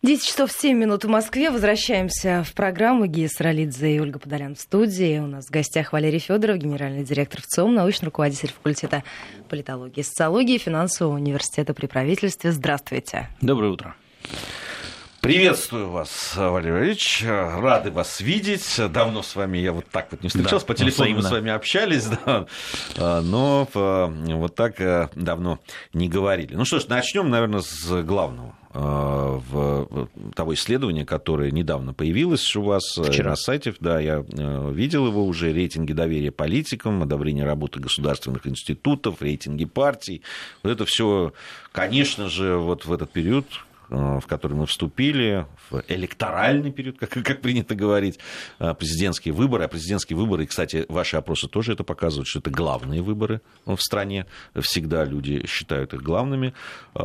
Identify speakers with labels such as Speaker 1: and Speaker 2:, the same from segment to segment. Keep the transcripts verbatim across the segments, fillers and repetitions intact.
Speaker 1: десять часов семь минут в Москве. Возвращаемся в программу. Гия Саралидзе и Ольга Подолян в студии. У нас в гостях Валерий Федоров, генеральный директор ВЦИОМ, научный руководитель факультета политологии и социологии Финансового университета при правительстве. Здравствуйте.
Speaker 2: Доброе утро. Приветствую вас, Валерий Валерьевич. Рады вас видеть. Давно с вами я вот так вот не встречался. Да, по телефону взаимно. Мы с вами общались, да, но вот так давно не говорили. Ну что ж, начнем, наверное, с главного. В того исследования, которое недавно появилось у вас Вчера. на сайте. Да, я видел его уже. Рейтинги доверия политикам, одобрение работы государственных институтов, рейтинги партий. Вот это все, конечно же, вот в этот период, в который мы вступили, в электоральный период, как, как принято говорить, президентские выборы. А президентские выборы, кстати, ваши опросы тоже это показывают, что это главные выборы в стране. Всегда люди считают их главными.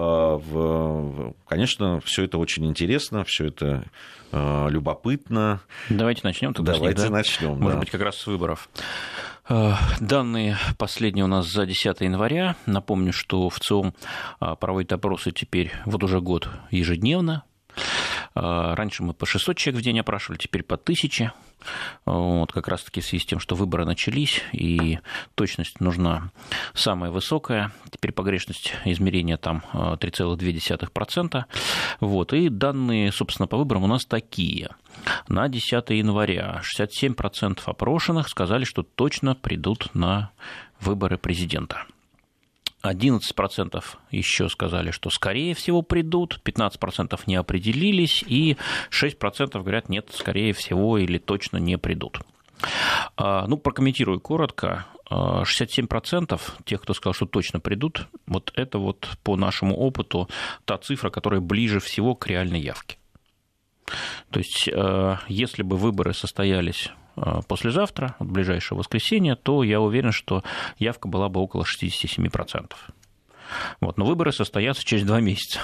Speaker 2: Конечно, все это очень интересно, все это любопытно.
Speaker 3: Давайте начнем тогда.
Speaker 2: Давайте
Speaker 3: с них, да?
Speaker 2: начнем.
Speaker 3: Может
Speaker 2: да.
Speaker 3: быть, как раз с выборов. Данные последние у нас за десятое января. Напомню, что ВЦИОМ проводит опросы теперь вот уже год ежедневно. Раньше мы по шестьсот человек в день опрашивали, теперь по тысяче. Вот, как раз-таки в связи с тем, что выборы начались, и точность нужна самая высокая. Теперь погрешность измерения там три целых две десятых процента. Вот, и данные, собственно, по выборам у нас такие. На десятое января шестьдесят семь процентов опрошенных сказали, что точно придут на выборы президента. одиннадцать процентов еще сказали, что скорее всего придут, пятнадцать процентов не определились, и шесть процентов говорят, нет, скорее всего или точно не придут. Ну, прокомментирую коротко. шестьдесят семь процентов тех, кто сказал, что точно придут, вот это вот по нашему опыту та цифра, которая ближе всего к реальной явке. То есть, если бы выборы состоялись послезавтра, в ближайшее воскресенье, то я уверен, что явка была бы около шестьдесят семь процентов. Вот, но выборы состоятся через два месяца.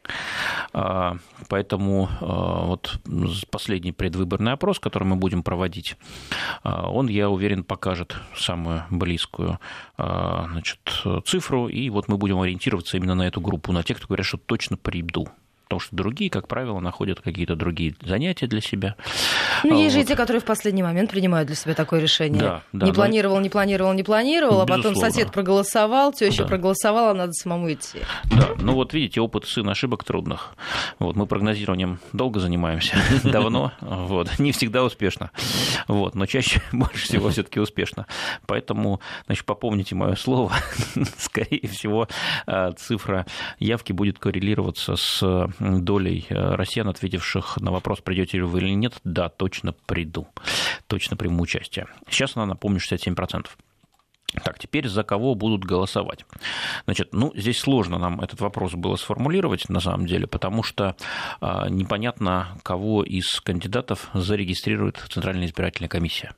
Speaker 3: Поэтому вот последний предвыборный опрос, который мы будем проводить, он, я уверен, покажет самую близкую, значит, цифру, и вот мы будем ориентироваться именно на эту группу, на тех, кто говорят, что точно приду. Потому что другие, как правило, находят какие-то другие занятия для себя.
Speaker 1: Ну, есть
Speaker 3: вот.
Speaker 1: же и те, которые в последний момент принимают для себя такое решение.
Speaker 3: Да, да,
Speaker 1: не
Speaker 3: но...
Speaker 1: планировал, не планировал, не планировал,
Speaker 3: Безусловно.
Speaker 1: А потом сосед проголосовал, теща
Speaker 3: да.
Speaker 1: проголосовала, надо самому идти.
Speaker 3: Да, ну вот видите, опыт сын ошибок трудных. Вот, мы прогнозированием долго занимаемся, давно, вот, не всегда успешно, вот, но чаще больше всего все-таки успешно. Поэтому, значит, попомните мое слово, скорее всего, цифра явки будет коррелироваться с долей россиян, ответивших на вопрос, придете ли вы или нет, да, точно приду, точно приму участие. Сейчас она, напомню, шестьдесят семь процентов. Так, теперь за кого будут голосовать? Значит, ну, здесь сложно нам этот вопрос было сформулировать, на самом деле, потому что а, непонятно, кого из кандидатов зарегистрирует Центральная избирательная комиссия.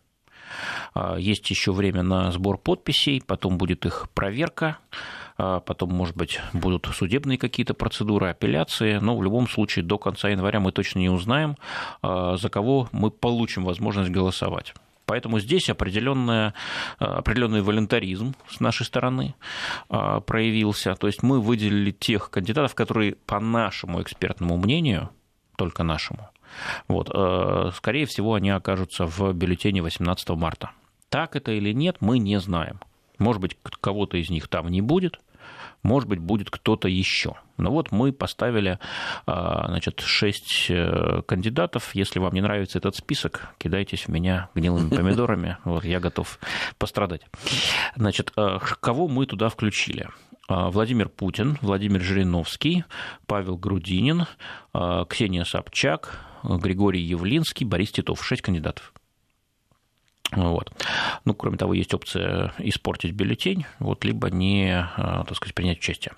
Speaker 3: А, есть еще время на сбор подписей, потом будет их проверка, потом, может быть, будут судебные какие-то процедуры, апелляции, но в любом случае до конца января мы точно не узнаем, за кого мы получим возможность голосовать. Поэтому здесь определенный волюнтаризм с нашей стороны проявился. То есть мы выделили тех кандидатов, которые, по нашему экспертному мнению, только нашему, вот, скорее всего, они окажутся в бюллетене восемнадцатого марта. Так это или нет, мы не знаем. Может быть, кого-то из них там не будет, может быть, будет кто-то еще. Но вот мы поставили, значит, шесть кандидатов. Если вам не нравится этот список, кидайтесь в меня гнилыми помидорами. Вот, я готов пострадать. Значит, кого мы туда включили? Владимир Путин, Владимир Жириновский, Павел Грудинин, Ксения Собчак, Григорий Явлинский, Борис Титов. Шесть кандидатов. Вот. Ну, кроме того, есть опция испортить бюллетень, вот, либо не, так сказать, принять участие.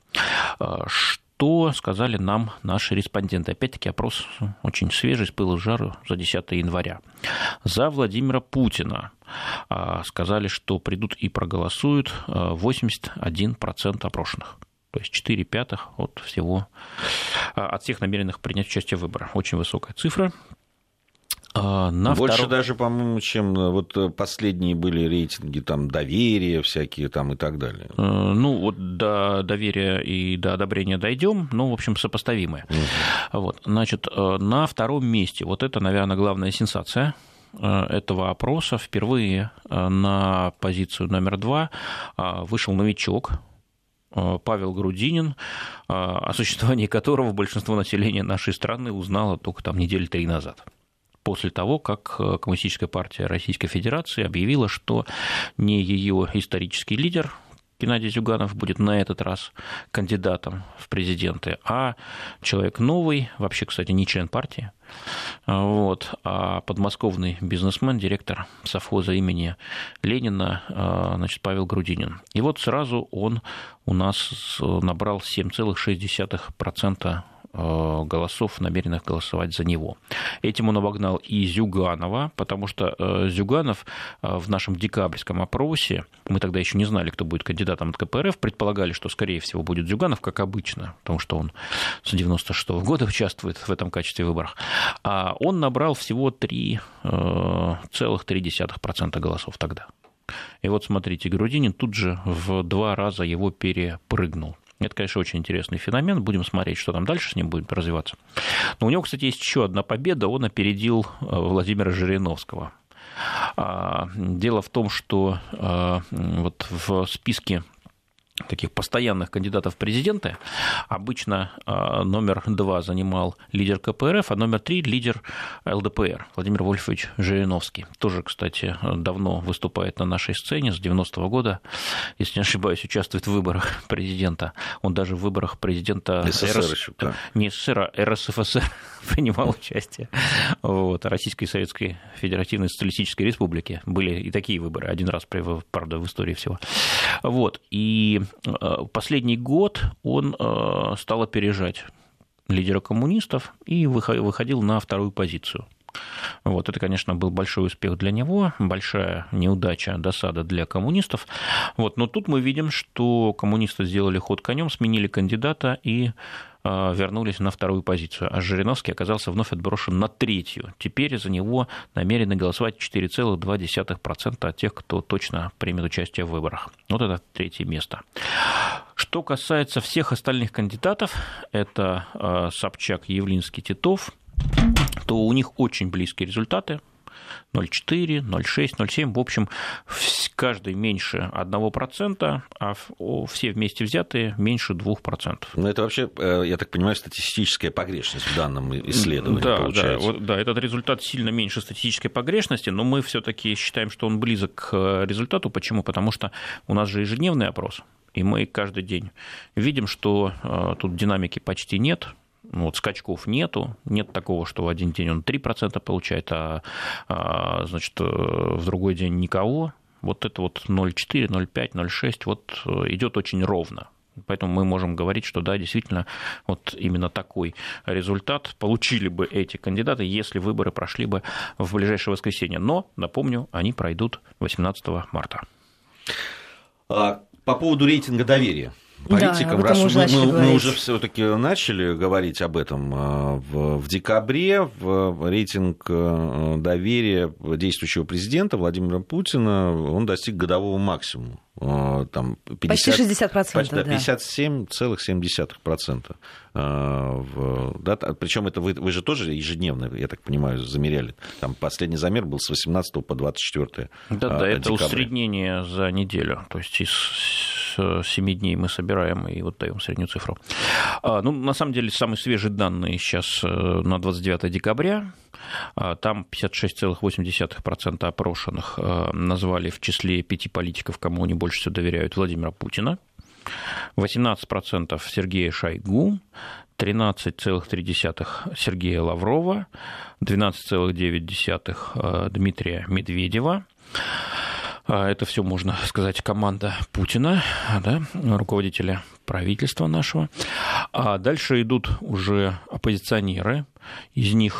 Speaker 3: Что сказали нам наши респонденты? Опять-таки, опрос очень свежий, с пылу с жару, за десятое января. За Владимира Путина сказали, что придут и проголосуют восемьдесят один процент опрошенных. То есть четыре пятых от всего, от всех намеренных принять участие в выборах. Очень высокая цифра.
Speaker 2: На Больше втором... даже, по-моему, чем вот последние были рейтинги там, доверия всякие там, и так далее.
Speaker 3: Ну, вот до доверия и до одобрения дойдем, ну, в общем, сопоставимые. Угу. Вот, значит, на втором месте, вот это, наверное, главная сенсация этого опроса. Впервые на позицию номер два вышел новичок Павел Грудинин, о существовании которого большинство населения нашей страны узнало только там недели три назад. После того, как Коммунистическая партия Российской Федерации объявила, что не ее исторический лидер Геннадий Зюганов будет на этот раз кандидатом в президенты, а человек новый, вообще, кстати, не член партии, вот, а подмосковный бизнесмен, директор совхоза имени Ленина, значит, Павел Грудинин. И вот сразу он у нас набрал семь целых шесть десятых процента голосов, намеренных голосовать за него. Этим он обогнал и Зюганова, потому что Зюганов в нашем декабрьском опросе, мы тогда еще не знали, кто будет кандидатом от ка пэ эр эф, предполагали, что, скорее всего, будет Зюганов, как обычно, потому что он с девяносто шестого года участвует в этом качестве выборах. А он набрал всего три целых три десятых процента голосов тогда. И вот, смотрите, Грудинин тут же в два раза его перепрыгнул. Это, конечно, очень интересный феномен. Будем смотреть, что там дальше с ним будет развиваться. Но у него, кстати, есть еще одна победа. Он опередил Владимира Жириновского. Дело в том, что вот в списке таких постоянных кандидатов в президенты обычно номер два занимал лидер ка пэ эр эф, а номер три – лидер эл дэ пэ эр, Владимир Вольфович Жириновский. Тоже, кстати, давно выступает на нашей сцене, с девяностого года, если не ошибаюсь, участвует в выборах президента. Он даже в выборах президента
Speaker 2: СССР РС... еще, да.
Speaker 3: не СССР, а эр эс эф эс эр принимал участие. Вот, Российской Советской Федеративной Социалистической Республики. Были и такие выборы, один раз, правда, в истории всего. Вот, и последний год он стал опережать лидера коммунистов и выходил на вторую позицию. Вот, это, конечно, был большой успех для него, большая неудача, досада для коммунистов. Вот, но тут мы видим, что коммунисты сделали ход конем, сменили кандидата и вернулись на вторую позицию, а Жириновский оказался вновь отброшен на третью. Теперь за него намерены голосовать четыре целых два десятых процента от тех, кто точно примет участие в выборах. Вот это третье место. Что касается всех остальных кандидатов, это Собчак, Явлинский, Титов, то у них очень близкие результаты. ноль целых четыре десятых, ноль целых шесть десятых, ноль целых семь десятых. В общем, каждый меньше одного процента, а все вместе взятые меньше двух процентов.
Speaker 2: Ну, это вообще, я так понимаю, статистическая погрешность в данном исследовании, да, получается.
Speaker 3: Да, да, этот результат сильно меньше статистической погрешности, но мы все-таки считаем, что он близок к результату. Почему? Потому что у нас же ежедневный опрос, и мы каждый день видим, что тут динамики почти нет. Вот, скачков нету, нет такого, что в один день он три процента получает, а, а значит, в другой день никого. Вот это вот ноль целых четыре десятых, ноль целых пять десятых, ноль целых шесть десятых вот идет очень ровно. Поэтому мы можем говорить, что да, действительно, вот именно такой результат получили бы эти кандидаты, если выборы прошли бы в ближайшее воскресенье. Но, напомню, они пройдут восемнадцатого марта.
Speaker 2: По поводу рейтинга доверия политикам, да, раз мы, мы, мы уже все-таки начали говорить об этом в, в декабре, в рейтинг доверия действующего президента Владимира Путина, он достиг годового максимума. Там пятьдесят,
Speaker 1: почти шестьдесят процентов,
Speaker 2: почти, да, пятьдесят семь целых семь десятых процента. Да, причем это вы, вы же тоже ежедневно, я так понимаю, замеряли. Там последний замер был с восемнадцатого по двадцать четвёртое
Speaker 3: Да, да, это
Speaker 2: декабря.
Speaker 3: Усреднение за неделю. То есть из семи дней мы собираем и вот даем среднюю цифру. Ну, на самом деле, самые свежие данные сейчас на двадцать девятое декабря. Там пятьдесят шесть целых восемь десятых процента опрошенных назвали в числе пяти политиков, кому они больше всего доверяют, Владимира Путина. восемнадцать процентов Сергея Шойгу, тринадцать целых три десятых Сергея Лаврова, двенадцать целых девять десятых Дмитрия Медведева. Это все, можно сказать, команда Путина, да, руководителя правительства нашего. А дальше идут уже оппозиционеры. Из них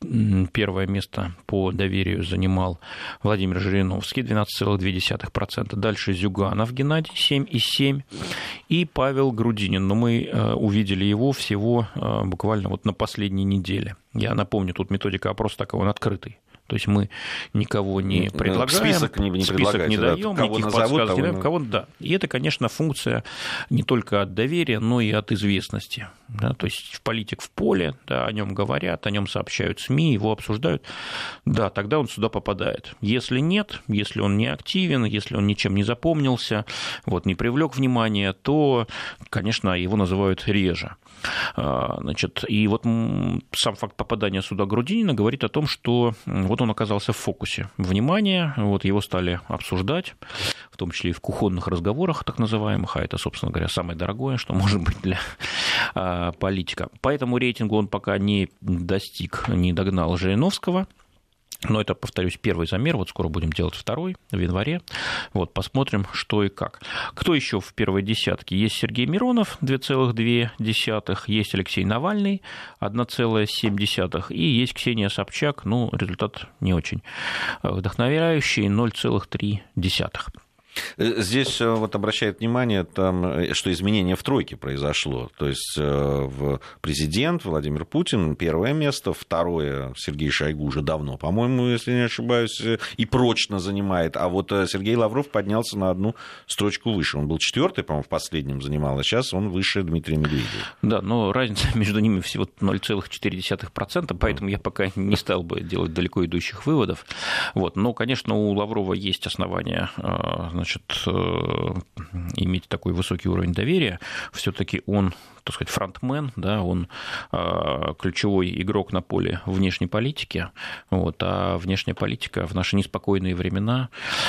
Speaker 3: первое место по доверию занимал Владимир Жириновский, двенадцать целых две десятых процента. Дальше Зюганов Геннадий, семь целых семь десятых процента. И Павел Грудинин. Но мы увидели его всего буквально вот на последней неделе. Я напомню, тут методика опроса такая, он открытый. То есть мы никого не предлагаем,
Speaker 2: список не, не,
Speaker 3: список не даем,
Speaker 2: да, кого
Speaker 3: никаких
Speaker 2: назовут,
Speaker 3: подсказок не даем,
Speaker 2: на...
Speaker 3: кого да. И это, конечно, функция не только от доверия, но и от известности. Да? То есть политик в поле, да, о нем говорят, о нем сообщают СМИ, его обсуждают. Да, тогда он сюда попадает. Если нет, если он не активен, если он ничем не запомнился, вот, не привлек внимания, то, конечно, его называют реже. Значит, и вот сам факт попадания сюда Грудинина говорит о том, что вот он оказался в фокусе внимания, вот его стали обсуждать, в том числе и в кухонных разговорах, так называемых, а это, собственно говоря, самое дорогое, что может быть для политика. По этому рейтингу он пока не достиг, не догнал Жириновского. Но это, повторюсь, первый замер, вот скоро будем делать второй, в январе, вот, посмотрим, что и как. Кто еще в первой десятке? Есть Сергей Миронов, два целых две десятых, есть Алексей Навальный, одна целая семь десятых, и есть Ксения Собчак, ну, результат не очень вдохновляющий, ноль целых три десятых.
Speaker 2: Здесь вот обращает внимание, там, что изменение в тройке произошло. То есть президент Владимир Путин первое место, второе Сергей Шойгу уже давно, по-моему, если не ошибаюсь, и прочно занимает. А вот Сергей Лавров поднялся на одну строчку выше. Он был четвертый, по-моему, в последнем занимал, а сейчас он выше Дмитрия Медведева.
Speaker 3: Да, но разница между ними всего ноль целых четыре десятых процента, поэтому я пока не стал бы делать далеко идущих выводов. Вот. Но, конечно, у Лаврова есть основания, значит, иметь такой высокий уровень доверия. Все-таки он, так сказать, фронтмен, да, он ключевой игрок на поле внешней политики, вот, а внешняя политика в наши неспокойные времена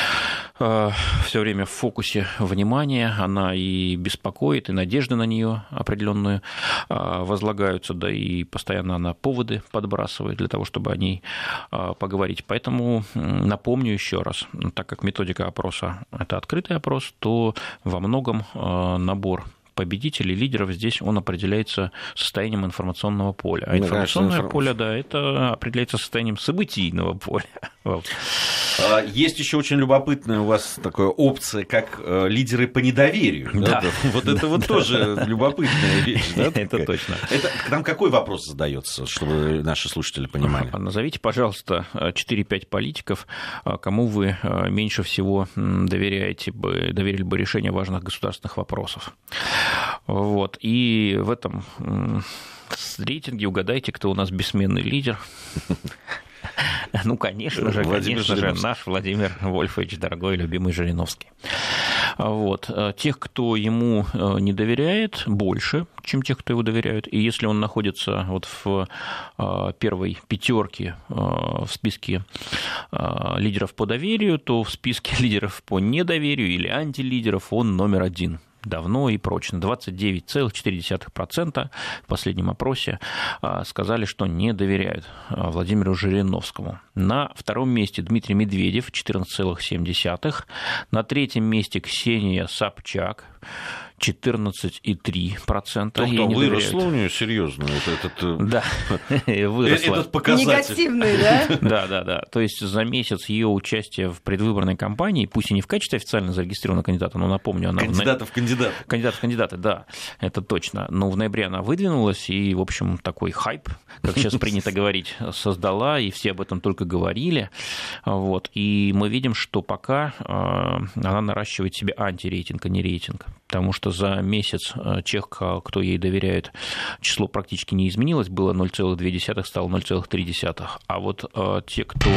Speaker 3: все время в фокусе внимания, она и беспокоит, и надежды на нее определенные возлагаются, да и постоянно она поводы подбрасывает для того, чтобы о ней поговорить. Поэтому напомню еще раз, так как методика опроса – это открытый опрос, то во многом набор победителей, лидеров здесь он определяется состоянием информационного поля. А информационное конечно, поле, да, это определяется состоянием событийного поля.
Speaker 2: Есть еще очень любопытная у вас такая опция, как лидеры по недоверию.
Speaker 3: Да.
Speaker 2: Да? Вот это вот тоже любопытная вещь. Да,
Speaker 3: это точно.
Speaker 2: Это, там какой вопрос задается, чтобы наши слушатели понимали?
Speaker 3: Назовите, пожалуйста, четыре-пять политиков, кому вы меньше всего доверяете бы, доверили бы решение важных государственных вопросов. Вот. И в этом рейтинге угадайте, кто у нас бессменный лидер. Ну, конечно же, Владимир конечно же, наш Владимир Вольфович, дорогой, любимый Жириновский. Вот. Тех, кто ему не доверяет, больше, чем тех, кто его доверяет. И если он находится вот в первой пятерке в списке лидеров по доверию, то в списке лидеров по недоверию или антилидеров он номер один. Давно и прочно. двадцать девять целых четыре десятых процента в последнем опросе сказали, что не доверяют Владимиру Жириновскому. На втором месте Дмитрий Медведев, четырнадцать целых семь десятых. На третьем месте Ксения Собчак, четырнадцать целых три десятых процента.
Speaker 2: Кто выросла у нее серьезно этот,
Speaker 3: да, выросла.
Speaker 2: Этот показатель.
Speaker 1: Негативный, да?
Speaker 3: Да, да, да. То есть за месяц ее участия в предвыборной кампании, пусть и не в качестве официально зарегистрированного кандидата, но напомню, она...
Speaker 2: Кандидата в кандидаты.
Speaker 3: Кандидат в кандидаты, да, это точно. Но в ноябре она выдвинулась, и, в общем, такой хайп, как сейчас принято говорить, создала, и все об этом только говорили. Вот. И мы видим, что пока она наращивает себе антирейтинг, а не рейтинг. Потому что за месяц тех, кто ей доверяет, число практически не изменилось, было ноль целых две десятых, стало ноль целых три десятых. А вот те, кто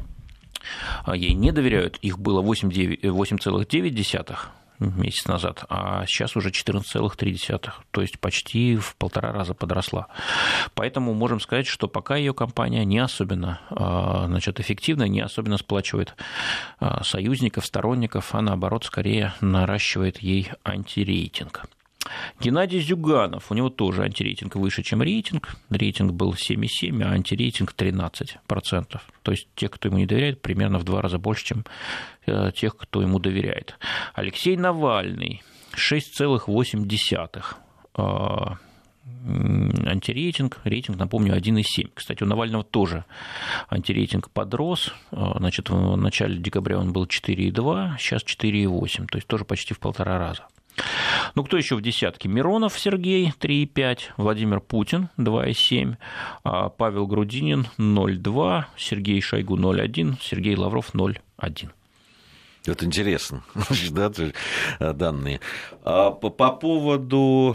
Speaker 3: ей не доверяют, их было восемь целых девять десятых месяц назад, а сейчас уже четырнадцать целых три десятых, то есть почти в полтора раза подросла. Поэтому можем сказать, что пока ее кампания не особенно, значит, эффективна, не особенно сплачивает союзников, сторонников, а наоборот скорее наращивает ей антирейтинг. Геннадий Зюганов, у него тоже антирейтинг выше, чем рейтинг. Рейтинг был семь целых семь десятых, а антирейтинг тринадцать процентов. То есть тех, кто ему не доверяет, примерно в два раза больше, чем тех, кто ему доверяет. Алексей Навальный, шесть целых восемь десятых. антирейтинг, рейтинг, напомню, один и семь. Кстати, у Навального тоже антирейтинг подрос. Значит, в начале декабря он был четыре и два, сейчас четыре и восемь, то есть тоже почти в полтора раза. Ну, кто еще в десятке? Миронов Сергей, три и пять, Владимир Путин, два и семь, Павел Грудинин, ноль и два, Сергей Шойгу, ноль и один, Сергей Лавров, ноль и один.
Speaker 2: Вот интересно, да, данные. По поводу...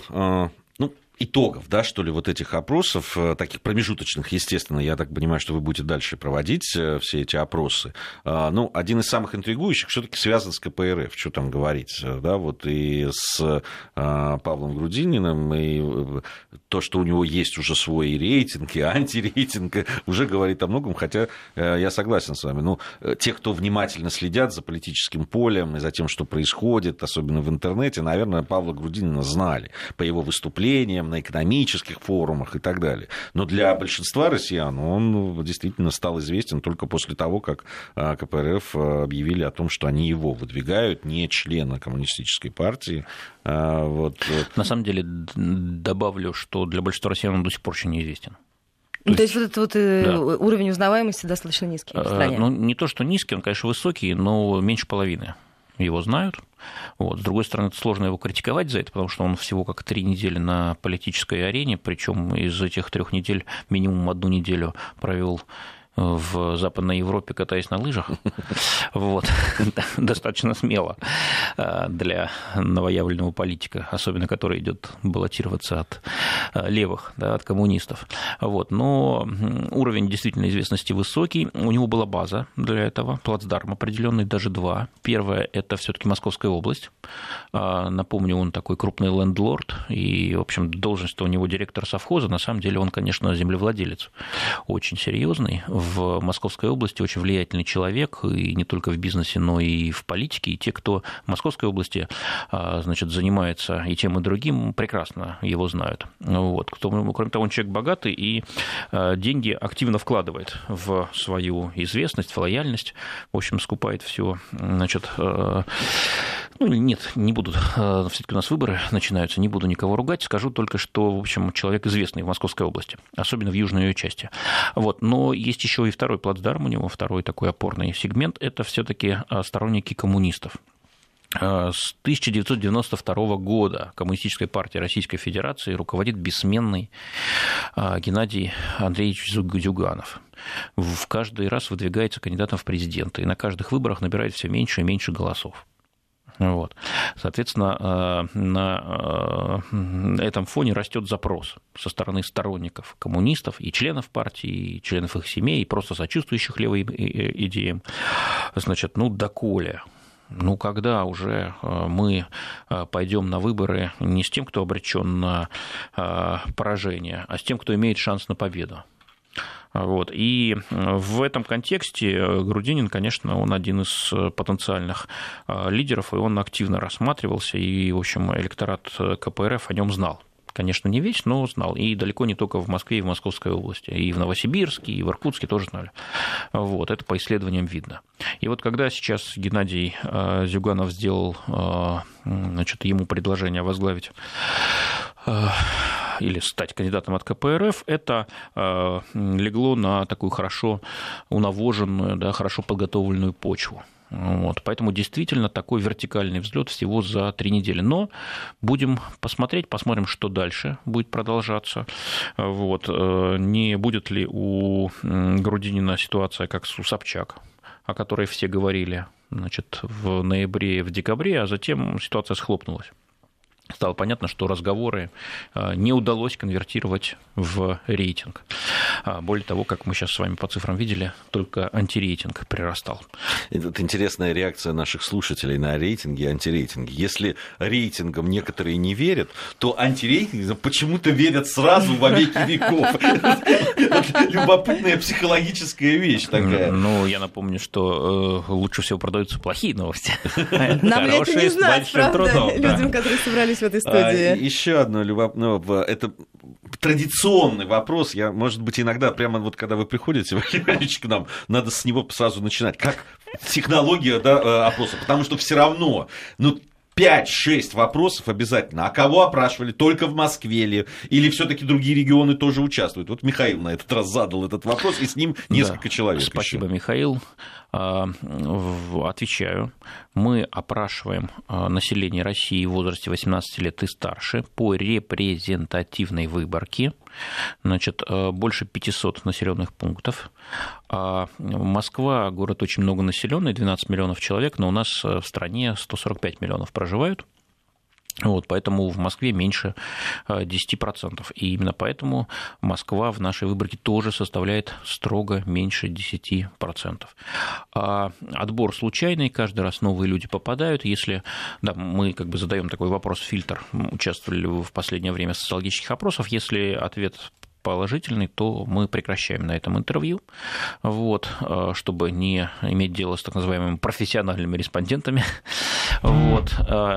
Speaker 2: итогов, да, что ли, вот этих опросов, таких промежуточных, естественно, я так понимаю, что вы будете дальше проводить все эти опросы. Ну, один из самых интригующих все-таки связан с ка пэ эр эф, что там говорить, да, вот и с Павлом Грудининым, и то, что у него есть уже свой рейтинг, и антирейтинг, уже говорит о многом, хотя я согласен с вами, ну, те, кто внимательно следят за политическим полем и за тем, что происходит, особенно в интернете, наверное, Павла Грудинина знали по его выступлениям, на экономических форумах и так далее. Но для большинства россиян он действительно стал известен только после того, как ка пэ эр эф объявили о том, что они его выдвигают, не члена коммунистической партии. Вот.
Speaker 3: На самом деле, добавлю, что для большинства россиян он до сих пор еще неизвестен.
Speaker 1: То, то есть, есть вот этот вот да. уровень узнаваемости достаточно низкий в стране?
Speaker 3: Ну, не то, что низкий, он, конечно, высокий, но меньше половины его знают. Вот. С другой стороны, это сложно его критиковать за это, потому что он всего как три недели на политической арене, причем из этих трех недель минимум одну неделю провел в Западной Европе, катаясь на лыжах. Вот. Достаточно смело для новоявленного политика, особенно который идет баллотироваться от левых, да, от коммунистов. Вот. Но уровень действительно известности высокий. У него была база для этого, плацдарм определенный, даже два. Первое – это все-таки Московская область. Напомню, он такой крупный лендлорд, и, в общем, должность у него директор совхоза. На самом деле он, конечно, землевладелец очень серьезный. В Московской области очень влиятельный человек, и не только в бизнесе, но и в политике. И те, кто в Московской области, значит, занимается и тем, и другим, прекрасно его знают. Вот. Кроме того, он человек богатый и деньги активно вкладывает в свою известность, в лояльность. В общем, скупает все, значит, ну, нет, не буду, все-таки у нас выборы начинаются, не буду никого ругать, скажу только, что, в общем, человек известный в Московской области, особенно в южной ее части. Вот. Но есть еще и второй плацдарм у него, второй такой опорный сегмент, это все-таки сторонники коммунистов. С тысяча девятьсот девяносто второго года Коммунистической партией Российской Федерации руководит бессменный Геннадий Андреевич Зюганов. В каждый раз выдвигается кандидатом в президенты, и на каждых выборах набирает все меньше и меньше голосов. Вот. Соответственно, на этом фоне растет запрос со стороны сторонников коммунистов и членов партии, и членов их семей, и просто сочувствующих левым идеям. Значит, ну, доколе? Ну, когда уже мы пойдем на выборы не с тем, кто обречен на поражение, а с тем, кто имеет шанс на победу? Вот. И в этом контексте Грудинин, конечно, он один из потенциальных лидеров, и он активно рассматривался, и, в общем, электорат ка пэ эр эф о нем знал. Конечно, не весь, но знал. И далеко не только в Москве и в Московской области. И в Новосибирске, и в Иркутске тоже знали. Вот. Это по исследованиям видно. И вот когда сейчас Геннадий Зюганов сделал, значит, ему предложение возглавить или стать кандидатом от ка пэ эр эф, это легло на такую хорошо унавоженную, да, хорошо подготовленную почву. Вот, поэтому действительно такой вертикальный взлет всего за три недели. Но будем посмотреть, посмотрим, что дальше будет продолжаться. Вот, не будет ли у Грудинина ситуация, как у Собчак, о которой все говорили, значит, в ноябре, в декабре, а затем ситуация схлопнулась. Стало понятно, что разговоры не удалось конвертировать в рейтинг. Более того, как мы сейчас с вами по цифрам видели, только антирейтинг прирастал.
Speaker 2: Это интересная реакция наших слушателей на рейтинги и антирейтинги. Если рейтингам некоторые не верят, то антирейтингам почему-то верят сразу во веки веков. Любопытная психологическая вещь такая.
Speaker 3: Ну, я напомню, что лучше всего продаются плохие новости.
Speaker 1: Нам это не знать, правда, людям, которые собрались в этой студии.
Speaker 2: А, еще одно любопытное, ну, это традиционный вопрос, я, может быть, иногда прямо вот когда вы приходите, Валерий Валерьевич, к нам, надо с него сразу начинать, как технология, да, опроса, потому что все равно, ну, пять-шесть вопросов обязательно. А кого опрашивали? Только в Москве ли? Или все-таки другие регионы тоже участвуют? Вот Михаил на этот раз задал этот вопрос, и с ним несколько да. человек.
Speaker 3: Спасибо,
Speaker 2: еще.
Speaker 3: Михаил. Отвечаю. Мы опрашиваем население России в возрасте восемнадцати лет и старше по репрезентативной выборке. Значит, больше пятисот населенных пунктов. Москва город очень многонаселенный, двенадцать миллионов человек, но у нас в стране сто сорок пять миллионов проживают. Вот, поэтому в Москве меньше десяти процентов. И именно поэтому Москва в нашей выборке тоже составляет строго меньше десяти процентов. А отбор случайный, каждый раз новые люди попадают. Если да, мы как бы задаем такой вопрос-фильтр, участвовали ли вы в последнее время в социологических опросах, если ответ положительный, то мы прекращаем на этом интервью, вот, чтобы не иметь дело с так называемыми профессиональными респондентами. Вот.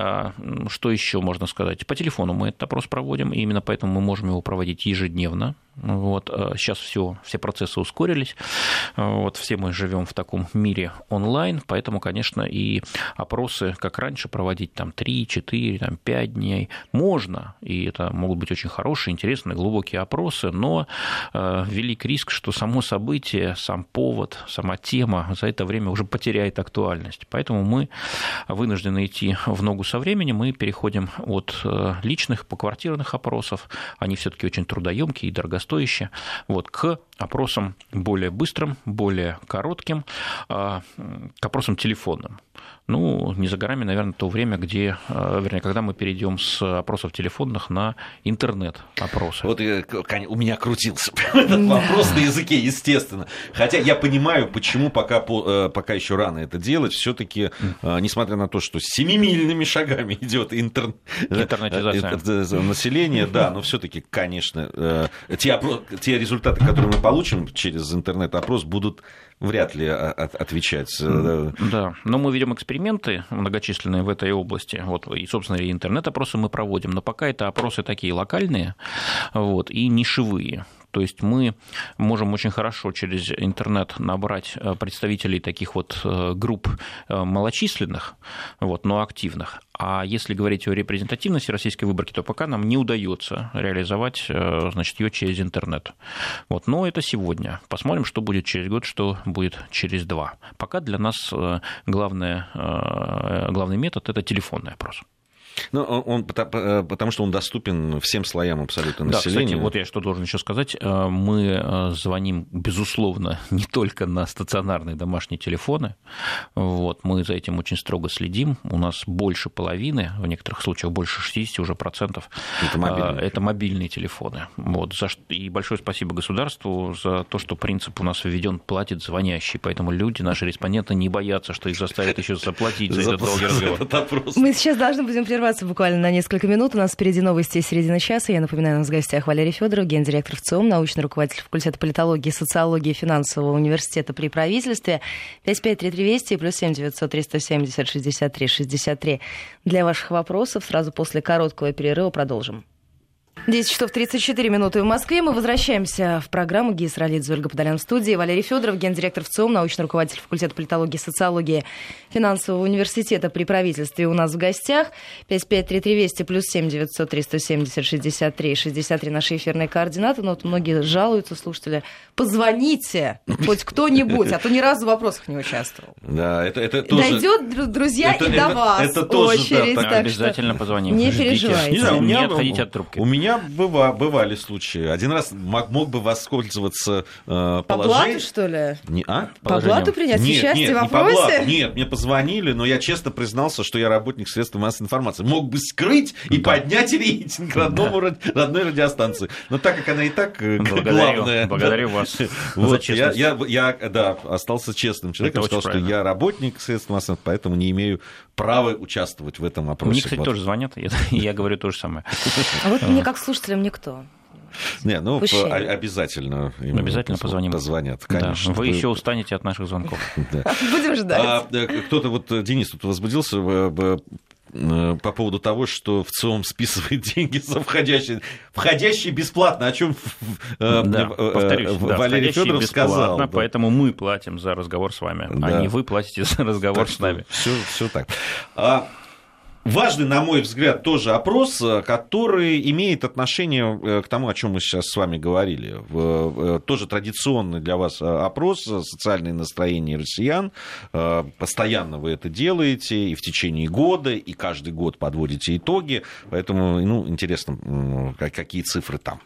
Speaker 3: Что еще можно сказать? По телефону мы этот опрос проводим, и именно поэтому мы можем его проводить ежедневно. Вот. Сейчас все, все процессы ускорились, вот. Все мы живем в таком мире онлайн, поэтому, конечно, и опросы, как раньше, проводить там три, четыре, там, пять дней можно, и это могут быть очень хорошие, интересные, глубокие опросы, но э, велик риск, что само событие, сам повод, сама тема за это время уже потеряет актуальность. Поэтому мы вынуждены идти в ногу со временем, мы переходим от личных поквартирных опросов, они все-таки очень трудоемкие и дорогостоящие, вот, к опросам более быстрым, более коротким, к опросам телефонным. Ну, не за горами, наверное, то время, где, вернее, когда мы перейдем с опросов телефонных на интернет-опросы.
Speaker 2: Вот у меня крутился этот вопрос на языке, естественно. Хотя я понимаю, почему пока, пока еще рано это делать, все-таки, несмотря на то, что семимильными шагами идет интер... интернетизация населения, да, но все-таки, конечно, те, опрос... те результаты, которые мы получим через интернет-опрос, будут вряд ли отвечать.
Speaker 3: Да, но мы ведем эксперименты многочисленные в этой области, вот, и, собственно, и интернет-опросы мы проводим, но пока это опросы такие локальные, вот, и нишевые. То есть мы можем очень хорошо через интернет набрать представителей таких вот групп малочисленных, вот, но активных. А если говорить о репрезентативности российской выборки, то пока нам не удается реализовать, значит, ее через интернет. Вот, но это сегодня. Посмотрим, что будет через год, что будет через два. Пока для нас главное, главный метод – это телефонный опрос.
Speaker 2: Ну, он, потому что он доступен всем слоям абсолютно населения.
Speaker 3: Да, кстати, вот я что должен еще сказать. Мы звоним, безусловно, не только на стационарные домашние телефоны. Вот, мы за этим очень строго следим. У нас больше половины, в некоторых случаях больше шестидесяти уже процентов, это мобильные, это мобильные телефоны. Вот, за, и большое спасибо государству за то, что принцип у нас введен «платит звонящий». Поэтому люди, наши респонденты, не боятся, что их заставят еще заплатить за этот долгий разговор.
Speaker 1: Мы сейчас должны будем прерваться буквально на несколько минут. У нас впереди новости из середины часа. Я напоминаю, у нас в гостях Валерий Федоров, гендиректор ВЦИОМ, научный руководитель факультета политологии, социологии и финансового университета при правительстве. пять пять три три Вести плюс семь девятьсот триста семьдесят шестьдесят три шестьдесят три. Для ваших вопросов сразу после короткого перерыва продолжим. десять часов тридцать четыре минуты в Москве. Мы возвращаемся в программу. Гия Саралидзе, Ольга Подолян в студии. Валерий Федоров, гендиректор ВЦИОМ, научный руководитель факультета политологии, социологии, финансового университета при правительстве у нас в гостях. пять пять три три Вести плюс семь девятьсот триста семьдесят шестьдесят три шестьдесят три наши эфирные координаты. Но вот многие жалуются, слушатели. Позвоните хоть кто-нибудь, а то ни разу в вопросах не участвовал.
Speaker 2: Да, это, это тоже...
Speaker 1: Дойдет, друзья,
Speaker 2: это,
Speaker 1: и
Speaker 2: это,
Speaker 1: до вас
Speaker 2: это тоже,
Speaker 1: очередь.
Speaker 2: Да,
Speaker 3: так, обязательно позвоним.
Speaker 1: Не переживайте.
Speaker 2: Не, знаю, у меня,
Speaker 3: не отходите от трубки.
Speaker 2: У меня быва, бывали случаи. Один раз мог, мог бы воспользоваться э, положением.
Speaker 1: По блату, что ли?
Speaker 2: Не, а?
Speaker 1: По блату принять
Speaker 2: нет,
Speaker 1: участие
Speaker 2: нет,
Speaker 1: в
Speaker 2: не по
Speaker 1: опросе?
Speaker 2: блату. Нет, мне позвонили, но я честно признался, что я работник средств массовой информации. Мог бы скрыть и да. поднять рейтинг родному, да. родной радиостанции. Но так как она и так
Speaker 3: благодарю,
Speaker 2: главная...
Speaker 3: Благодарю да. вас
Speaker 2: вот,
Speaker 3: за честность.
Speaker 2: Я, я, я да, остался честным человеком, сказал, что я работник средств массовой информации, поэтому не имею права участвовать в этом опросе.
Speaker 3: Мне, кстати, вот. тоже звонят, и я говорю то же самое.
Speaker 1: А вот мне как слушателям никто.
Speaker 2: Не, ну обязательно.
Speaker 3: Обязательно позвоним.
Speaker 2: Позвонят, конечно.
Speaker 3: Да, вы еще устанете от наших звонков.
Speaker 1: Будем ждать.
Speaker 2: А, кто-то вот, Денис, тут возбудился по поводу того, что ВЦИОМ списывает деньги за входящие, входящие бесплатно, о чем
Speaker 3: да, повторюсь,
Speaker 2: Валерий
Speaker 3: да,
Speaker 2: Федоров сказал. Да.
Speaker 3: Поэтому мы платим за разговор с вами, да. а не вы платите за разговор так с нами.
Speaker 2: Все, все так. А... Важный, на мой взгляд, тоже опрос, который имеет отношение к тому, о чем мы сейчас с вами говорили. Тоже традиционный для вас опрос, социальные настроения россиян. Постоянно вы это делаете и в течение года, и каждый год подводите итоги. Поэтому, ну, интересно, какие цифры там.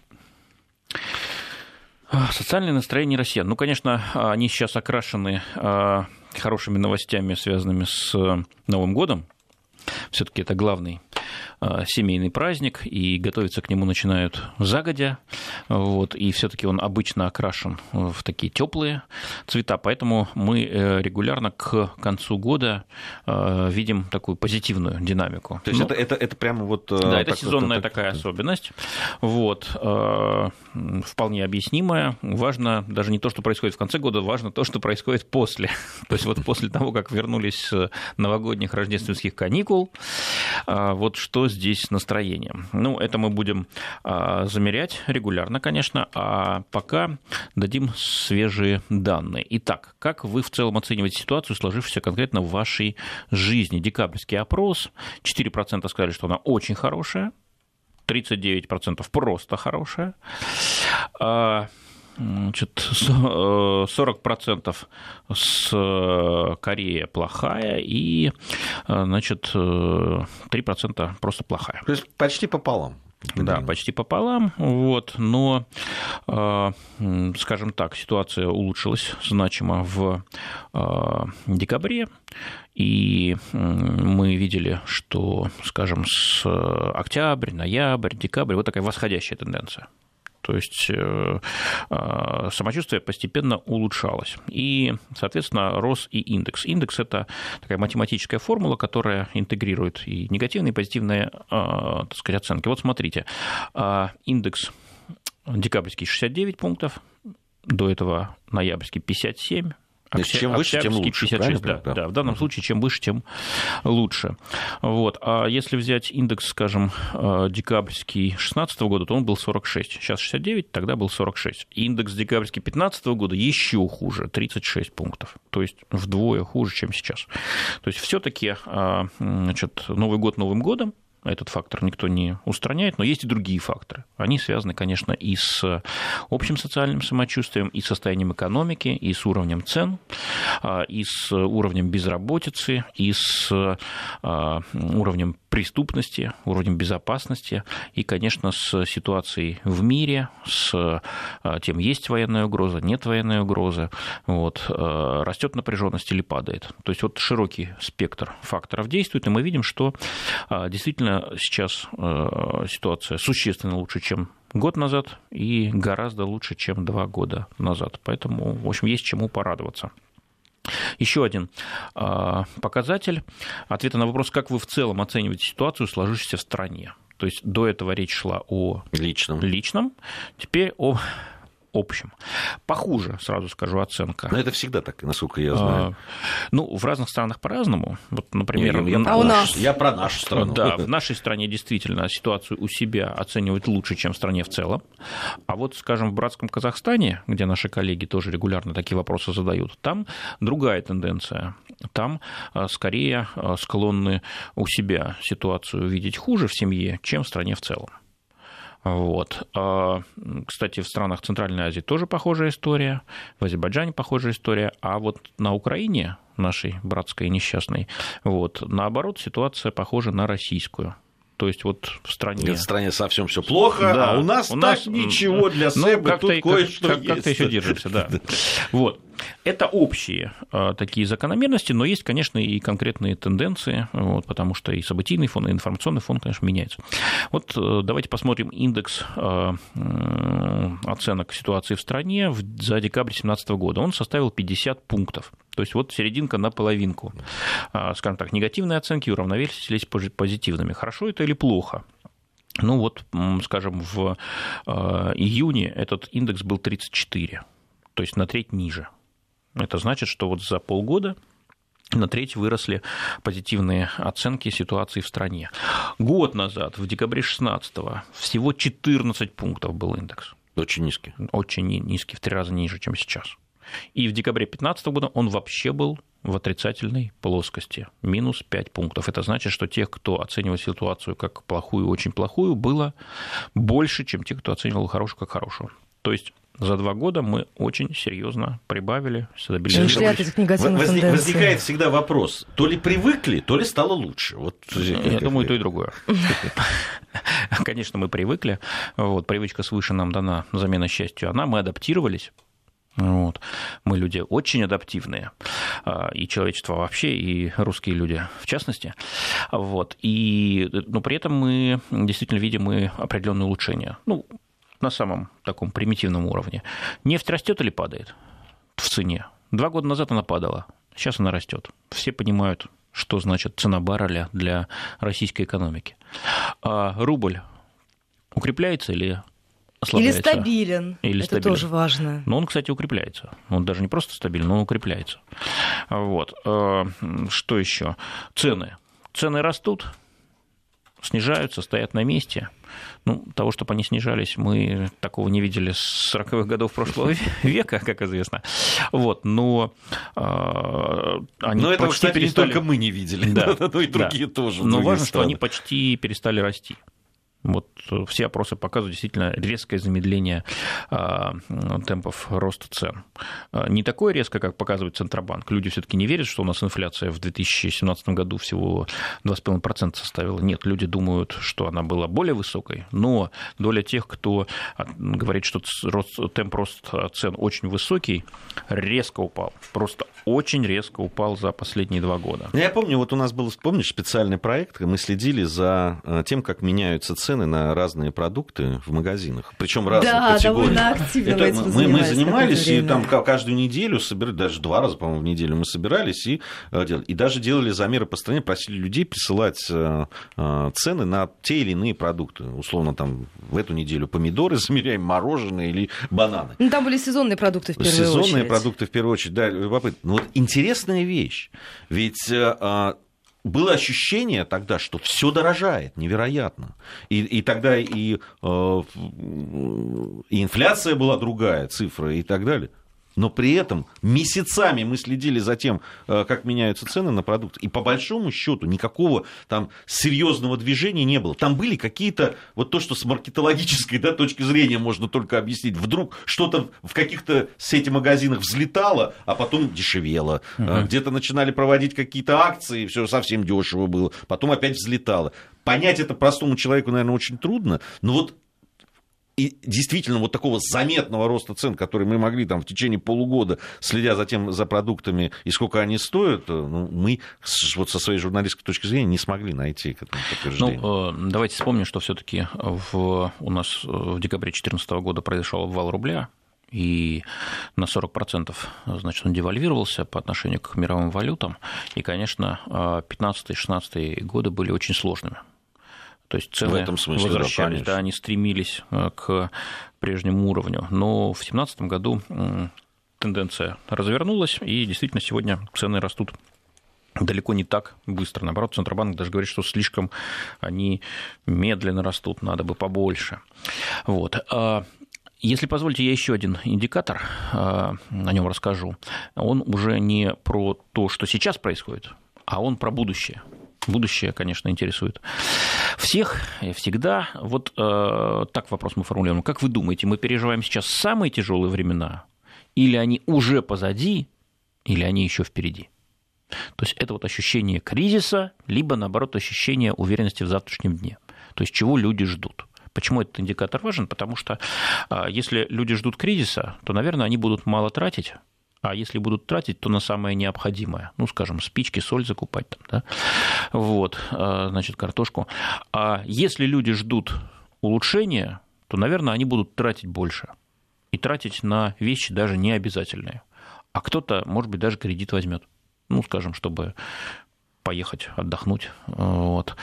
Speaker 3: Социальные настроения россиян. Ну, конечно, они сейчас окрашены хорошими новостями, связанными с Новым годом. Все-таки это главный семейный праздник, и готовиться к нему начинают загодя, вот, и все-таки он обычно окрашен в такие теплые цвета, поэтому мы регулярно к концу года видим такую позитивную динамику.
Speaker 2: То есть ну, это, это, это прямо вот...
Speaker 3: Да, это сезонная так, такая так... особенность, вот, вполне объяснимая. Важно даже не то, что происходит в конце года, важно то, что происходит после. То есть вот после того, как вернулись с новогодних рождественских каникул, вот что здесь настроение. Ну, это мы будем а, замерять регулярно, конечно, а пока дадим свежие данные. Итак, как вы в целом оцениваете ситуацию, сложившуюся конкретно в вашей жизни? Декабрьский опрос, четыре процента сказали, что она очень хорошая, тридцать девять процентов просто хорошая, а, значит, сорок процентов с Корея плохая и, значит, три процента просто плохая.
Speaker 2: То есть почти пополам.
Speaker 3: Да, почти пополам, вот, но, скажем так, ситуация улучшилась значимо в декабре, и мы видели, что, скажем, с октября, ноябрь, декабрь, вот такая восходящая тенденция. То есть самочувствие постепенно улучшалось. И, соответственно, рос и индекс. Индекс – это такая математическая формула, которая интегрирует и негативные, и позитивные, так сказать, оценки. Вот смотрите, индекс декабрьский шестьдесят девять пунктов, до этого ноябрьский пятьдесят семь.
Speaker 2: Чем выше, тем лучше.
Speaker 3: пятьдесят шесть, да, да. Да, в данном случае, чем выше, тем лучше. Вот. А если взять индекс, скажем, декабрьский две тысячи шестнадцатого года, то он был сорок шесть. Сейчас шестьдесят девять, тогда был сорок шесть. Индекс декабрьский две тысячи пятнадцатого года еще хуже, тридцать шесть пунктов. То есть вдвое хуже, чем сейчас. То есть все-таки, значит, Новый год Новым годом. Этот фактор никто не устраняет, но есть и другие факторы. Они связаны, конечно, и с общим социальным самочувствием, и с состоянием экономики, и с уровнем цен, и с уровнем безработицы, и с уровнем преступности, уровнем безопасности, и, конечно, с ситуацией в мире, с тем, есть военная угроза, нет военной угрозы, вот, растет напряженность или падает. То есть вот широкий спектр факторов действует, и мы видим, что действительно сейчас ситуация существенно лучше, чем год назад, и гораздо лучше, чем два года назад. Поэтому, в общем, есть чему порадоваться. Еще один показатель ответа на вопрос, как вы в целом оцениваете ситуацию, сложившуюся в стране. То есть до этого речь шла о
Speaker 2: личном,
Speaker 3: личном теперь о общем. Похуже, сразу скажу, оценка.
Speaker 2: Но это всегда так, насколько я знаю.
Speaker 3: А, ну, в разных странах по-разному. Вот, например,
Speaker 2: я, я,
Speaker 1: а у нас?
Speaker 2: Я про нашу страну.
Speaker 3: Да, в нашей стране действительно ситуацию у себя оценивают лучше, чем в стране в целом. А вот, скажем, в братском Казахстане, где наши коллеги тоже регулярно такие вопросы задают, там другая тенденция. Там скорее склонны у себя ситуацию видеть хуже в семье, чем в стране в целом. Вот. Кстати, в странах Центральной Азии тоже похожая история, в Азербайджане похожая история, а вот на Украине, нашей братской и несчастной, вот, наоборот, ситуация похожа на российскую. То есть вот в стране...
Speaker 2: В стране совсем все плохо, да, а у нас у так нас... ничего для
Speaker 3: ну,
Speaker 2: себя, тут кое-что
Speaker 3: как,
Speaker 2: есть.
Speaker 3: Как-то еще держимся, да. Вот. Это общие а, такие закономерности, но есть, конечно, и конкретные тенденции, вот, потому что и событийный фон, и информационный фон, конечно, меняется. Вот давайте посмотрим индекс а, оценок ситуации в стране за декабрь две тысячи семнадцатого года. Он составил пятьдесят пунктов. То есть вот серединка на половинку. А, скажем так, негативные оценки уравновесились позитивными. Хорошо это или плохо? Ну вот, скажем, в июне этот индекс был тридцать четыре, то есть на треть ниже. Это значит, что вот за полгода на треть выросли позитивные оценки ситуации в стране. Год назад, в декабре две тысячи шестнадцатого, всего четырнадцать пунктов был индекс.
Speaker 2: Очень низкий.
Speaker 3: Очень низкий, в три раза ниже, чем сейчас. И в декабре две тысячи пятнадцатого года он вообще был в отрицательной плоскости, минус пять пунктов. Это значит, что тех, кто оценивал ситуацию как плохую, очень плохую, было больше, чем тех, кто оценивал хорошую как хорошую. То есть за два года мы очень серьезно прибавили, стабилизировались.
Speaker 2: Возник, возникает всегда вопрос, то ли привыкли, то ли стало лучше. Вот,
Speaker 3: я думаю, и то, и другое. Конечно, мы привыкли. Вот, привычка свыше нам дана, замена счастью. Она, мы адаптировались. Вот. Мы люди очень адаптивные, и человечество вообще, и русские люди в частности. Вот. И, но при этом мы действительно видим и определенные улучшения. Ну, на самом таком примитивном уровне. Нефть растет или падает в цене? Два года назад она падала, сейчас она растет. Все понимают, что значит цена барреля для российской экономики. А рубль укрепляется или ослабляется?
Speaker 1: Или стабилен.
Speaker 3: Или
Speaker 1: Это
Speaker 3: стабилен.
Speaker 1: Тоже важно.
Speaker 3: Но он, кстати, укрепляется. Он даже не просто стабилен, но он укрепляется. Вот. Что еще? Цены. Цены растут, снижаются, стоят на месте. Ну, того, чтобы они снижались, мы такого не видели с сороковых годов прошлого века, как известно. Вот, но э, они
Speaker 2: но это,
Speaker 3: почти
Speaker 2: кстати,
Speaker 3: перестали...
Speaker 2: не только мы не видели,
Speaker 3: да,
Speaker 2: но и другие
Speaker 3: да.
Speaker 2: тоже.
Speaker 3: Но важно, что они почти перестали расти. Вот все опросы показывают действительно резкое замедление а, темпов роста цен. Не такое резкое, как показывает Центробанк. Люди все-таки не верят, что у нас инфляция в две тысячи семнадцатом году всего два целых пять десятых процента составила. Нет, люди думают, что она была более высокой, но доля тех, кто говорит, что рост, темп роста цен очень высокий, резко упал. Просто очень резко упал за последние два года.
Speaker 2: Я помню, вот у нас был, помнишь, специальный проект, мы следили за тем, как меняются цены на разные продукты в магазинах, причем разных
Speaker 1: да,
Speaker 2: категорий.
Speaker 1: Да, активно
Speaker 2: это мы, мы занимались, и там каждую неделю собирали, даже два раза, по-моему, в неделю мы собирались и делали. И даже делали замеры по стране, просили людей присылать цены на те или иные продукты. Условно, там, в эту неделю помидоры замеряем, мороженое или бананы.
Speaker 1: Ну, там были сезонные продукты в первую
Speaker 2: сезонные
Speaker 1: очередь.
Speaker 2: Сезонные продукты в первую очередь, да, любопытно. Но вот интересная вещь, ведь... Было ощущение тогда, что все дорожает невероятно. И, и тогда и, э, и инфляция была другая, цифра и так далее. Но при этом месяцами мы следили за тем, как меняются цены на продукты. И по большому счету никакого там серьезного движения не было. Там были какие-то, вот то, что с маркетологической, да, точки зрения можно только объяснить. Вдруг что-то в каких-то сети-магазинах взлетало, а потом дешевело. Uh-huh. Где-то начинали проводить какие-то акции, все совсем дешево было. Потом опять взлетало. Понять это простому человеку, наверное, очень трудно. Но вот и действительно вот такого заметного роста цен, который мы могли там в течение полугода, следя за тем, за продуктами и сколько они стоят, ну, мы вот со своей журналистской точки зрения не смогли найти к этому подтверждение.
Speaker 3: Ну, давайте вспомним, что все-таки в, у нас в декабре две тысячи четырнадцатого года произошел обвал рубля, и на сорок процентов, значит, он девальвировался по отношению к мировым валютам, и, конечно, пятнадцатый-шестнадцатый годы были очень сложными. То есть цены в этом смысле, возвращались, да, да, они стремились к прежнему уровню. Но в две тысячи семнадцатом году тенденция развернулась, и действительно сегодня цены растут далеко не так быстро. Наоборот, Центробанк даже говорит, что слишком они медленно растут, надо бы побольше. Вот. Если позволите, я еще один индикатор, о нем расскажу. Он уже не про то, что сейчас происходит, а он про будущее. Будущее, конечно, интересует всех и всегда. Вот э, так вопрос мы формулируем. Как вы думаете, мы переживаем сейчас самые тяжелые времена, или они уже позади, или они еще впереди? То есть это вот ощущение кризиса, либо, наоборот, ощущение уверенности в завтрашнем дне. То есть чего люди ждут. Почему этот индикатор важен? Потому что э, если люди ждут кризиса, то, наверное, они будут мало тратить. А если будут тратить, то на самое необходимое. Ну, скажем, спички, соль закупать, там, да? Вот, значит, картошку. А если люди ждут улучшения, то, наверное, они будут тратить больше. И тратить на вещи даже не обязательные. А кто-то, может быть, даже кредит возьмет. Ну, скажем, чтобы поехать отдохнуть. Вот.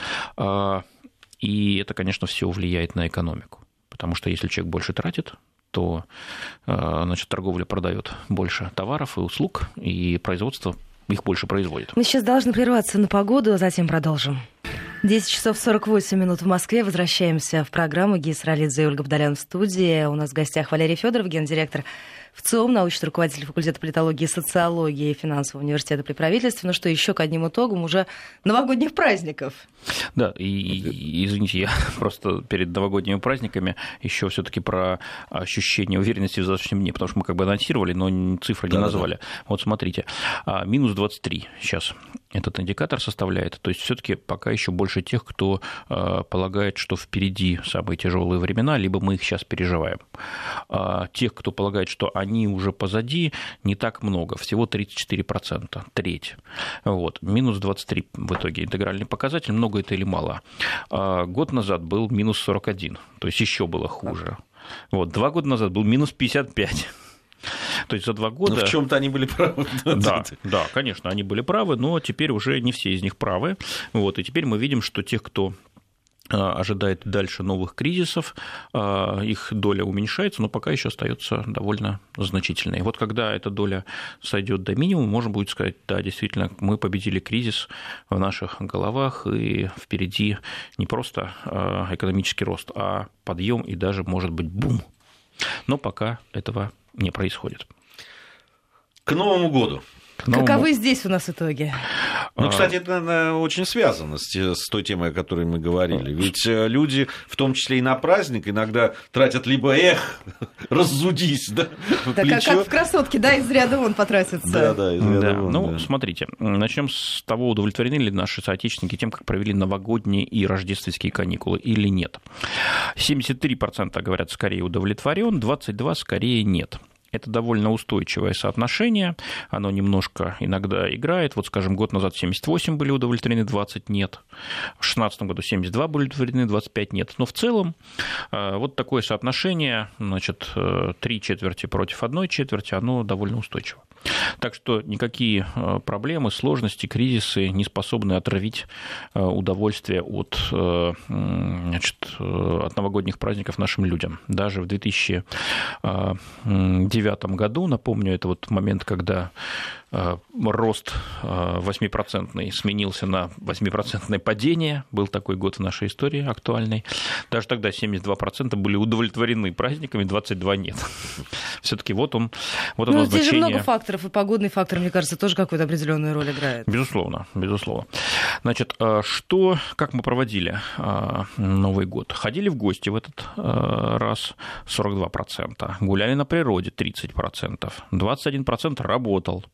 Speaker 3: И это, конечно, все влияет на экономику. Потому что если человек больше тратит, то, значит, торговля продает больше товаров и услуг, и производство их больше производит.
Speaker 1: Мы сейчас должны прерваться на погоду, а затем продолжим. десять часов сорок восемь минут в Москве. Возвращаемся в программу. Гия Саралидзе и Ольга Подолян в студии. У нас в гостях Валерий Федоров, гендиректор ВЦИОМ, научный руководитель факультета политологии и социологии и финансового университета при правительстве. Ну что, еще к одним итогам уже новогодних праздников.
Speaker 3: Да, и, и извините, я просто перед новогодними праздниками еще все-таки про ощущение уверенности в завтрашнем дне, потому что мы как бы анонсировали, но цифры не да, назвали. Да. Вот смотрите, минус двадцать три сейчас этот индикатор составляет. То есть все-таки пока еще больше тех, кто полагает, что впереди самые тяжелые времена, либо мы их сейчас переживаем. Тех, кто полагает, что они уже позади, не так много, всего тридцать четыре процента, треть. Вот. Минус двадцать три в итоге интегральный показатель, много это или мало. Год назад был минус сорок один, то есть еще было хуже. Вот. Два года назад был минус пятьдесят пять. То есть за два года...
Speaker 2: Но в чем-то они были правы.
Speaker 3: Да, да, конечно, они были правы, но теперь уже не все из них правы. Вот. И теперь мы видим, что тех, кто ожидает дальше новых кризисов, их доля уменьшается, но пока еще остается довольно значительной. Вот когда эта доля сойдет до минимума, можно будет сказать, да, действительно, мы победили кризис в наших головах, и впереди не просто экономический рост, а подъем и даже, может быть, бум. Но пока этого не происходит.
Speaker 2: К Новому году.
Speaker 1: Новому... Каковы здесь у нас итоги?
Speaker 2: Ну, кстати, это, наверное, очень связано с, с той темой, о которой мы говорили. Ведь люди, в том числе и на праздник, иногда тратят либо «эх, раззудись», да, в
Speaker 1: так,
Speaker 2: плечо.
Speaker 1: Как в «Красотке», да, из ряда вон потратится.
Speaker 2: Да, да, из ряда
Speaker 3: да.
Speaker 2: вон.
Speaker 3: Ну,
Speaker 2: да.
Speaker 3: Смотрите, начнем с того, удовлетворены ли наши соотечественники тем, как провели новогодние и рождественские каникулы или нет. семьдесят три процента говорят, скорее удовлетворен, двадцать два процента скорее нет. Это довольно устойчивое соотношение, оно немножко иногда играет. Вот, скажем, год назад семьдесят восемь были удовлетворены, двадцать нет. В две тысячи шестнадцатом году семьдесят два были удовлетворены, двадцать пять нет. Но в целом вот такое соотношение, значит, три четверти против одной четверти, оно довольно устойчиво. Так что никакие проблемы, сложности, кризисы не способны отравить удовольствие от, значит, от новогодних праздников нашим людям. Даже в две тысячи девятом году, напомню, это вот момент, когда рост восьмипроцентный сменился на восьмипроцентное падение. Был такой год в нашей истории актуальный. Даже тогда семьдесят два процента были удовлетворены праздниками, двадцать два процента нет. Все-таки вот он, вот оно
Speaker 1: ну,
Speaker 3: значение.
Speaker 1: Здесь же много факторов, и погодный фактор, мне кажется, тоже какую-то определенную роль играет.
Speaker 3: Безусловно, безусловно. Значит, что, как мы проводили Новый год? Ходили в гости в этот раз сорок два процента, гуляли на природе тридцать процентов, двадцать один процент работал.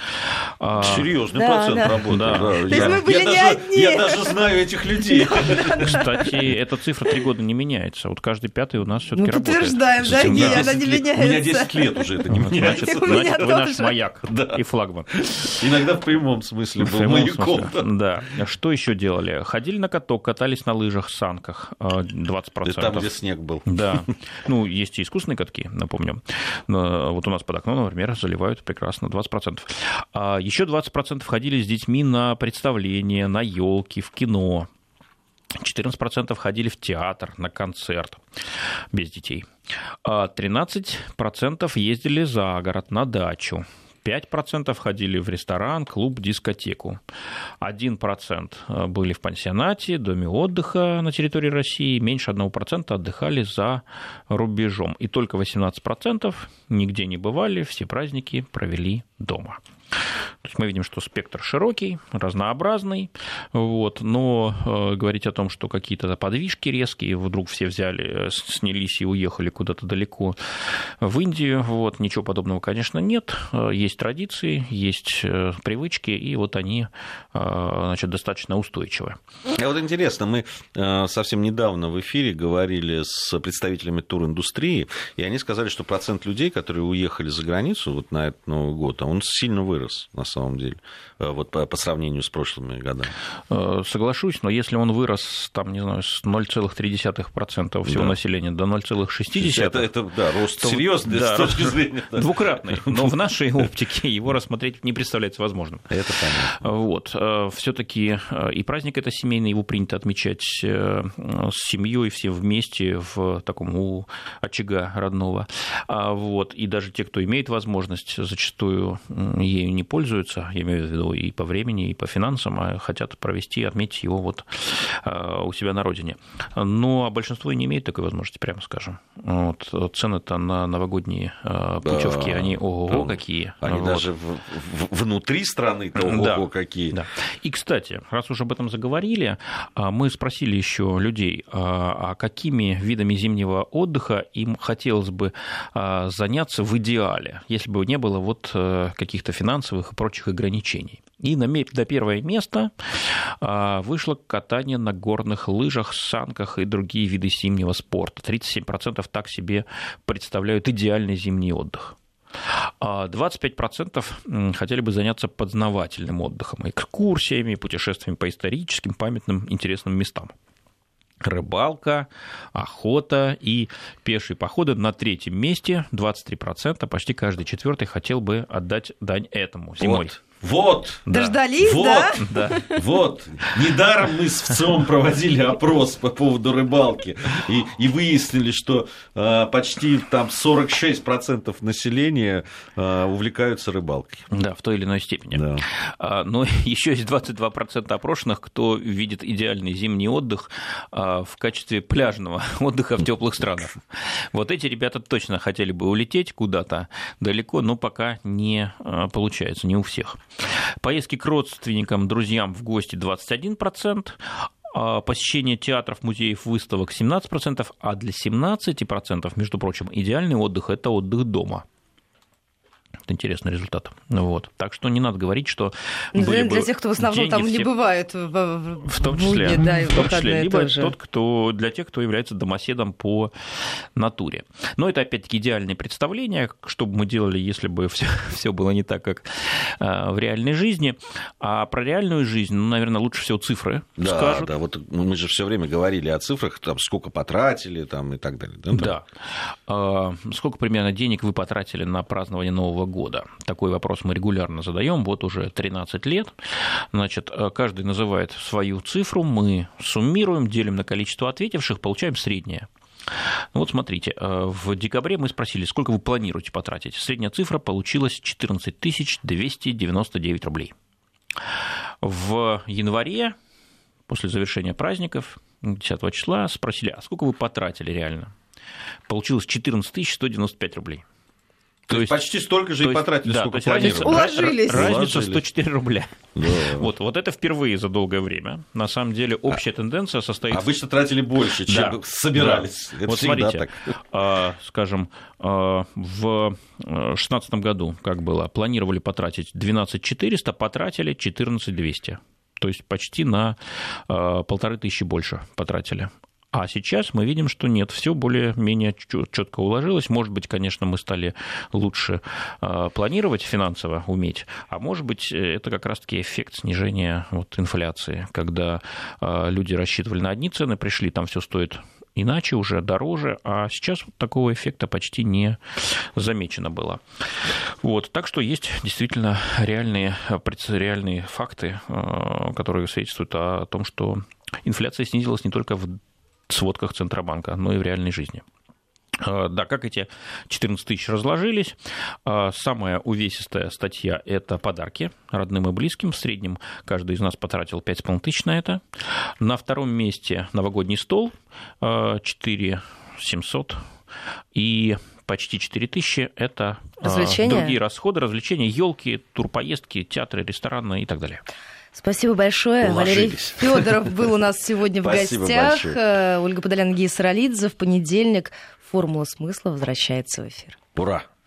Speaker 2: Серьезный
Speaker 1: да,
Speaker 2: процент
Speaker 1: да.
Speaker 2: работы.
Speaker 3: Да.
Speaker 2: Да.
Speaker 1: То есть
Speaker 2: я,
Speaker 1: мы были
Speaker 2: я,
Speaker 1: не
Speaker 2: даже,
Speaker 1: одни.
Speaker 2: я даже знаю этих людей.
Speaker 3: Кстати, эта цифра три года не меняется. Вот каждый пятый у нас все-таки
Speaker 1: ну,
Speaker 3: работает.
Speaker 1: Подтверждаем, да, Гия, она не меняется.
Speaker 2: У меня десять лет уже это не меняется.
Speaker 3: Значит, значит вы наш маяк да. и флагман.
Speaker 2: Иногда в прямом смысле был маяком.
Speaker 3: Да. Что еще делали? Ходили на каток, катались на лыжах, санках, двадцать процентов.
Speaker 2: Там, где снег был.
Speaker 3: Да. Ну, есть и искусственные катки, напомню. Вот у нас под окном, например, заливают прекрасно двадцать процентов. Еще двадцать процентов ходили с детьми на представления, на елки, в кино. четырнадцать процентов ходили в театр, на концерт без детей. тринадцать процентов ездили за город, на дачу. пять процентов ходили в ресторан, клуб, дискотеку. один процент были в пансионате, доме отдыха на территории России. Меньше одного процента отдыхали за рубежом. И только восемнадцать процентов нигде не бывали, все праздники провели дома. То есть мы видим, что спектр широкий, разнообразный, вот, но э, говорить о том, что какие-то подвижки резкие, вдруг все взяли, снялись и уехали куда-то далеко в Индию, вот, ничего подобного, конечно, нет. Есть традиции, есть привычки, и вот они, э, значит, достаточно устойчивы.
Speaker 2: А вот интересно, мы совсем недавно в эфире говорили с представителями туриндустрии, и они сказали, что процент людей, которые уехали за границу вот на этот Новый год, он сильно вырос, на самом деле, вот по, по сравнению с прошлыми годами.
Speaker 3: Соглашусь, но если он вырос, там, не знаю, с ноль целых три десятых процента всего да. населения до ноль целых шесть десятых процента,
Speaker 2: это, это да, рост то, серьезный да, с точки зрения. Да.
Speaker 3: Двукратный, но в нашей оптике его рассмотреть не представляется возможным.
Speaker 2: Это понятно.
Speaker 3: Вот. Все-таки и праздник это семейный, его принято отмечать с семьей, все вместе в таком у очага родного. Вот. И даже те, кто имеет возможность, зачастую ею не пользуются, я имею в виду и по времени, и по финансам, а хотят провести, отметить его вот у себя на родине. Но большинство и не имеет такой возможности, прямо скажем. Вот. Цены-то на новогодние путевки, да, они ого-го какие.
Speaker 2: Они вот. Даже в, в, внутри страны-то ого-го да, какие. Да.
Speaker 3: И, кстати, раз уж об этом заговорили, мы спросили еще людей, а какими видами зимнего отдыха им хотелось бы заняться в идеале, если бы не было вот каких-то финансовых и прочих ограничений. И на первое место вышло катание на горных лыжах, санках и другие виды зимнего спорта. тридцать семь процентов так себе представляют идеальный зимний отдых. двадцать пять процентов хотели бы заняться познавательным отдыхом, экскурсиями, путешествиями по историческим, памятным, интересным местам. Рыбалка, охота и пешие походы на третьем месте. двадцать три процента, почти каждый четвертый хотел бы отдать дань этому зимой.
Speaker 2: Вот. Вот.
Speaker 1: Дождались,
Speaker 2: вот,
Speaker 1: да?
Speaker 2: да? Вот. Недаром мы с ВЦИОМ проводили опрос по поводу рыбалки и, и выяснили, что э, почти там сорок шесть процентов населения э, увлекаются рыбалкой.
Speaker 3: Да, в той или иной степени. Да. А, но еще есть двадцать два процента опрошенных, кто видит идеальный зимний отдых а, в качестве пляжного отдыха в теплых странах. Вот эти ребята точно хотели бы улететь куда-то далеко, но пока не а, получается, не у всех. Поездки к родственникам, друзьям в гости двадцать один процент, посещение театров, музеев, выставок семнадцать процентов, а для семнадцать процентов, между прочим, идеальный отдых – это отдых дома. Это интересный результат. Вот. Так что не надо говорить, что были
Speaker 1: для, для тех, кто в основном там все... не бывает в, в,
Speaker 3: в том числе,
Speaker 1: будни, да, и
Speaker 3: в том числе либо
Speaker 1: тоже.
Speaker 3: Тот, кто, для тех, кто является домоседом по натуре. Но это опять-таки идеальное представление, что бы мы делали, если бы все, все было не так, как в реальной жизни. А про реальную жизнь, ну, наверное, лучше всего цифры
Speaker 2: да,
Speaker 3: скажут.
Speaker 2: Да, вот мы же все время говорили о цифрах, там, сколько потратили там, и так далее. Да.
Speaker 3: да. А, сколько примерно денег вы потратили на празднование Нового года? Такой вопрос мы регулярно задаем, вот уже тринадцать лет. Значит, каждый называет свою цифру, мы суммируем, делим на количество ответивших, получаем среднее. Ну вот смотрите, в декабре мы спросили, сколько вы планируете потратить. Средняя цифра получилась четырнадцать тысяч двести девяносто девять рублей. В январе, после завершения праздников, десятого числа, спросили, а сколько вы потратили реально? Получилось четырнадцать тысяч сто девяносто пять рублей.
Speaker 2: То, то есть почти столько же
Speaker 3: и
Speaker 2: потратили,
Speaker 3: да,
Speaker 2: сколько
Speaker 3: планировали.
Speaker 1: Уложились.
Speaker 3: Разница сто четыре рубля.
Speaker 2: Да.
Speaker 3: Вот, вот это впервые за долгое время. На самом деле общая а, тенденция состоит...
Speaker 2: Обычно тратили больше, чем да. собирались.
Speaker 3: Да. Вот смотрите, так. скажем, в две тысячи шестнадцатом году, как было, планировали потратить двенадцать тысяч четыреста, потратили четырнадцать тысяч двести. То есть почти на полторы тысячи больше потратили. А сейчас мы видим, что нет, все более-менее четко уложилось. Может быть, конечно, мы стали лучше планировать финансово, уметь, а может быть, это как раз-таки эффект снижения вот, инфляции, когда люди рассчитывали на одни цены, пришли, там все стоит иначе, уже дороже, а сейчас вот такого эффекта почти не замечено было. Вот, так что есть действительно реальные, реальные факты, которые свидетельствуют о том, что инфляция снизилась не только в сводках Центробанка, но и в реальной жизни. Да, как эти четырнадцать тысяч разложились. Самая увесистая статья – это подарки родным и близким. В среднем каждый из нас потратил пять с половиной тысяч на это. На втором месте новогодний стол – четыре тысячи семьсот. И почти четыре тысячи – это развлечения? Другие расходы, развлечения, елки, турпоездки, театры, рестораны и так далее.
Speaker 1: Спасибо большое.
Speaker 2: Уложились.
Speaker 1: Валерий Федоров был у нас сегодня в гостях. Большое. Ольга Подолян, Гия Саралидзе. В понедельник «Формула смысла» возвращается в эфир.
Speaker 2: Ура!